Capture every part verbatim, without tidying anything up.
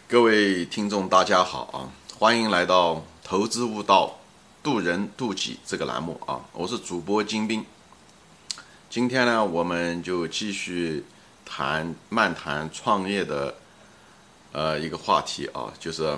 各位听众，大家好啊！欢迎来到投资悟道，渡人渡己这个栏目啊！我是主播金兵。今天呢，我们就继续谈漫谈创业的呃一个话题啊，就是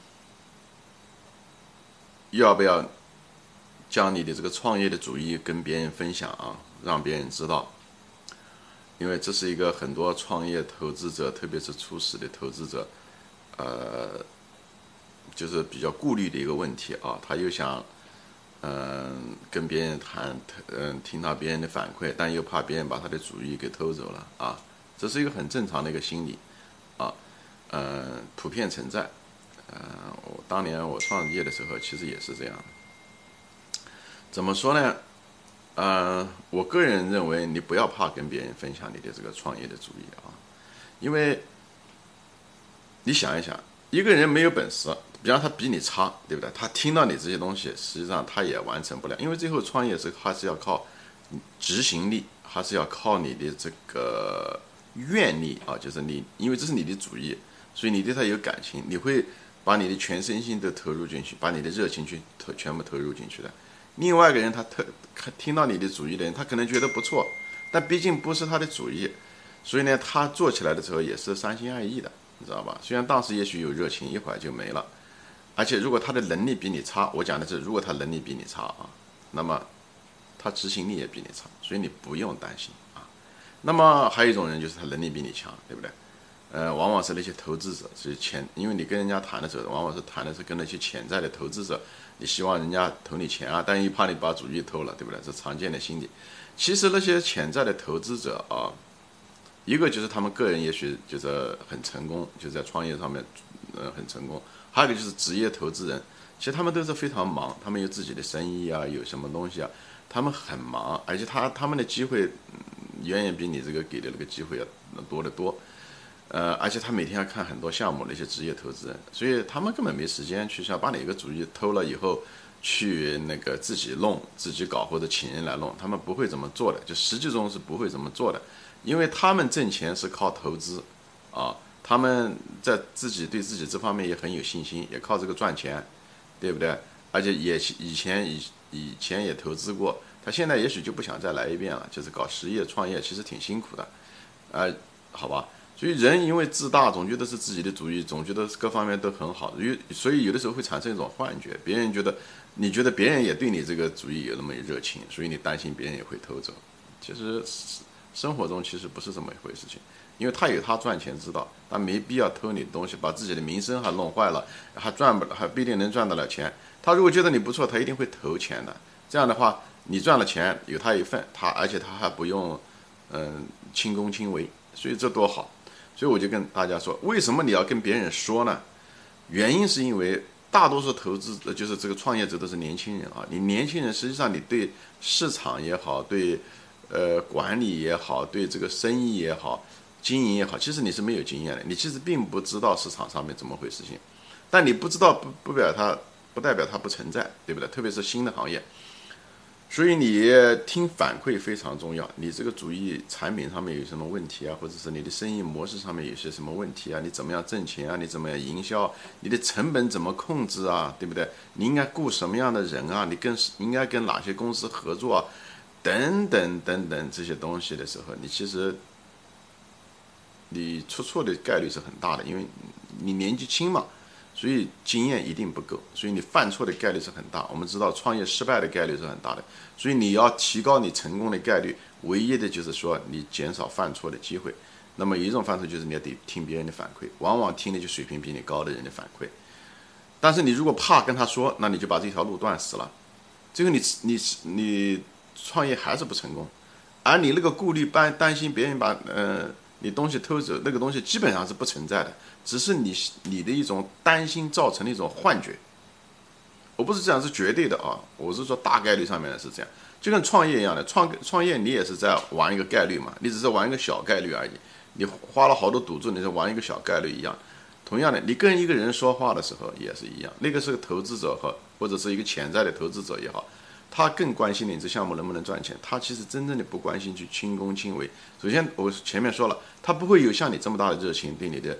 要不要将你的这个创业的主意跟别人分享啊，让别人知道。因为这是一个很多创业投资者，特别是初始的投资者。呃，就是比较顾虑的一个问题啊，他又想，嗯，跟别人谈，嗯，听到别人的反馈，但又怕别人把他的主意给偷走了啊，这是一个很正常的一个心理啊，嗯，普遍存在。呃，我当年我创业的时候，其实也是这样。怎么说呢？呃，我个人认为，你不要怕跟别人分享你的这个创业的主意啊，因为。你想一想，一个人没有本事，比方他比你差，对不对？他听到你这些东西，实际上他也完成不了，因为最后创业是还是要靠执行力，还是要靠你的这个愿力啊，就是你，因为这是你的主意，所以你对他有感情，你会把你的全身心都投入进去，把你的热情去投全部投入进去的。另外一个人他特听到你的主意的人，他可能觉得不错，但毕竟不是他的主意，所以呢，他做起来的时候也是三心二意的。你知道吧？虽然当时也许有热情，一会儿就没了。而且如果他的能力比你差，我讲的是，如果他能力比你差啊，那么他执行力也比你差，所以你不用担心啊。那么还有一种人就是他能力比你强，对不对？呃，往往是那些投资者，是潜，因为你跟人家谈的时候，往往是谈的是跟那些潜在的投资者，你希望人家投你钱啊，但又怕你把主意偷了，对不对？这常见的心理。其实那些潜在的投资者啊。一个就是他们个人也许就是很成功，就在创业上面，呃，很成功。还有一个就是职业投资人，其实他们都是非常忙，他们有自己的生意啊，有什么东西啊，他们很忙，而且他他们的机会、嗯、远远比你这个给的那个机会要多得多。呃，而且他每天要看很多项目，那些职业投资人，所以他们根本没时间去想把哪个主意偷了以后去那个自己弄、自己搞或者请人来弄，他们不会这么做的，就实际中是不会这么做的。因为他们挣钱是靠投资，啊，他们在自己对自己这方面也很有信心，也靠这个赚钱，对不对？而且也以前以以前也投资过，他现在也许就不想再来一遍了，就是搞实业创业，其实挺辛苦的，啊，好吧。所以人因为自大，总觉得是自己的主意，总觉得各方面都很好，所以有的时候会产生一种幻觉，别人觉得你觉得别人也对你这个主意有那么热情，所以你担心别人也会偷走，其实。生活中其实不是这么一回事情，因为他有他赚钱之道，他没必要偷你的东西，把自己的名声还弄坏了，还赚不还不一定能赚得了钱。他如果觉得你不错，他一定会投钱的。这样的话，你赚了钱有他一份，他而且他还不用嗯轻功轻为，所以这多好。所以我就跟大家说，为什么你要跟别人说呢？原因是因为大多数投资就是这个创业者都是年轻人啊，你年轻人实际上你对市场也好，对呃，管理也好，对这个生意也好，经营也好，其实你是没有经验的，你其实并不知道市场上面怎么回事情，但你不知道不不表它不代表它不存在，对不对？特别是新的行业，所以你听反馈非常重要。你这个主意产品上面有什么问题啊，或者是你的生意模式上面有些什么问题啊？你怎么样挣钱啊？你怎么样营销？你的成本怎么控制啊？对不对？你应该雇什么样的人啊？你跟应该跟哪些公司合作啊？等等等等这些东西的时候，你其实你出错的概率是很大的，因为你年纪轻嘛，所以经验一定不够，所以你犯错的概率是很大。我们知道创业失败的概率是很大的，所以你要提高你成功的概率，唯一的就是说你减少犯错的机会。那么有一种方式就是你要得听别人的反馈，往往听的就水平比你高的人的反馈。但是你如果怕跟他说，那你就把这条路断死了，最后你你你。创业还是不成功，而你那个顾虑担担心别人把呃你东西偷走，那个东西基本上是不存在的，只是你你的一种担心造成的一种幻觉。我不是这样是绝对的啊，我是说大概率上面是这样，就跟创业一样的，创创业你也是在玩一个概率嘛，你只是玩一个小概率而已，你花了好多赌注，你是玩一个小概率一样。同样的，你跟一个人说话的时候也是一样，那个是个投资者和或者是一个潜在的投资者也好。他更关心你这项目能不能赚钱，他其实真正的不关心去轻功轻为。首先，我前面说了，他不会有像你这么大的热情对你的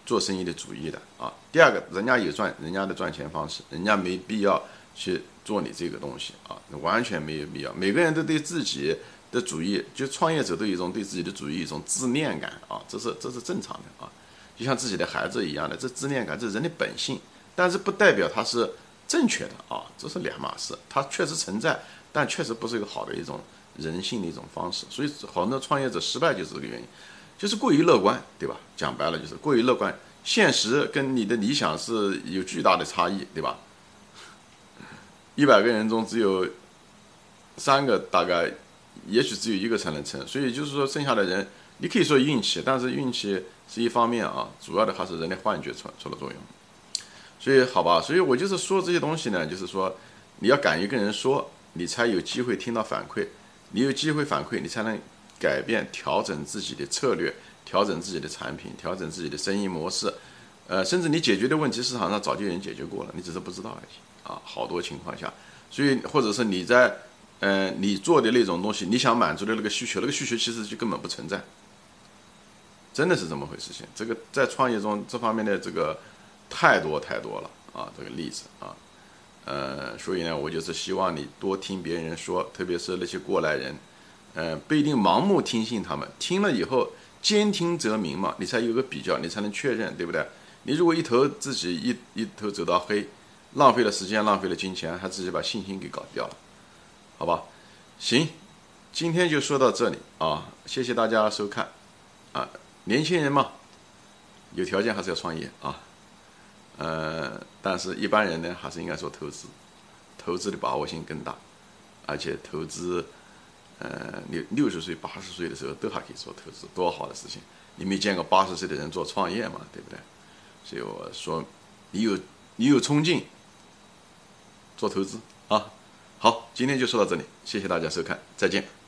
做生意的主意的啊。第二个，人家有赚人家的赚钱方式，人家没必要去做你这个东西啊，完全没有必要。每个人都对自己的主意，就创业者都有一种对自己的主意一种自恋感啊，这是这是正常的啊，就像自己的孩子一样的，这自恋感这是人的本性，但是不代表它是正确的啊，这是两码事。它确实存在，但确实不是一个好的一种人性的一种方式。所以好多创业者失败就是这个原因，就是过于乐观，对吧？讲白了就是过于乐观，现实跟你的理想是有巨大的差异，对吧？一百个人中只有三个大概。也许只有一个才能成，所以就是说，剩下的人，你可以说运气，但是运气是一方面啊，主要的还是人的幻觉出出了作用。所以好吧，所以我就是说这些东西呢，就是说你要敢于跟人说，你才有机会听到反馈，你有机会反馈，你才能改变、调整自己的策略，调整自己的产品，调整自己的生意模式，呃，甚至你解决的问题市场上早就有人解决过了，你只是不知道而已啊。好多情况下，所以或者是你在。呃，你做的那种东西，你想满足的那个需求，那个需求其实就根本不存在，真的是这么回事情。这个在创业中这方面的这个太多太多了啊，这个例子啊，呃，所以呢，我就是希望你多听别人说，特别是那些过来人，呃，不一定盲目听信他们，听了以后兼听则明嘛，你才有个比较，你才能确认，对不对？你如果一头自己一一头走到黑，浪费了时间，浪费了金钱，还自己把信心给搞掉了。好吧，行，今天就说到这里啊，谢谢大家收看啊。年轻人嘛，有条件还是要创业啊，呃，但是一般人呢，还是应该做投资，投资的把握性更大，而且投资，呃，六六十岁、八十岁的时候都还可以做投资，多好的事情！你没见过八十岁的人做创业嘛，对不对？所以我说，你有你有冲劲，做投资啊。好，今天就说到这里，谢谢大家收看，再见。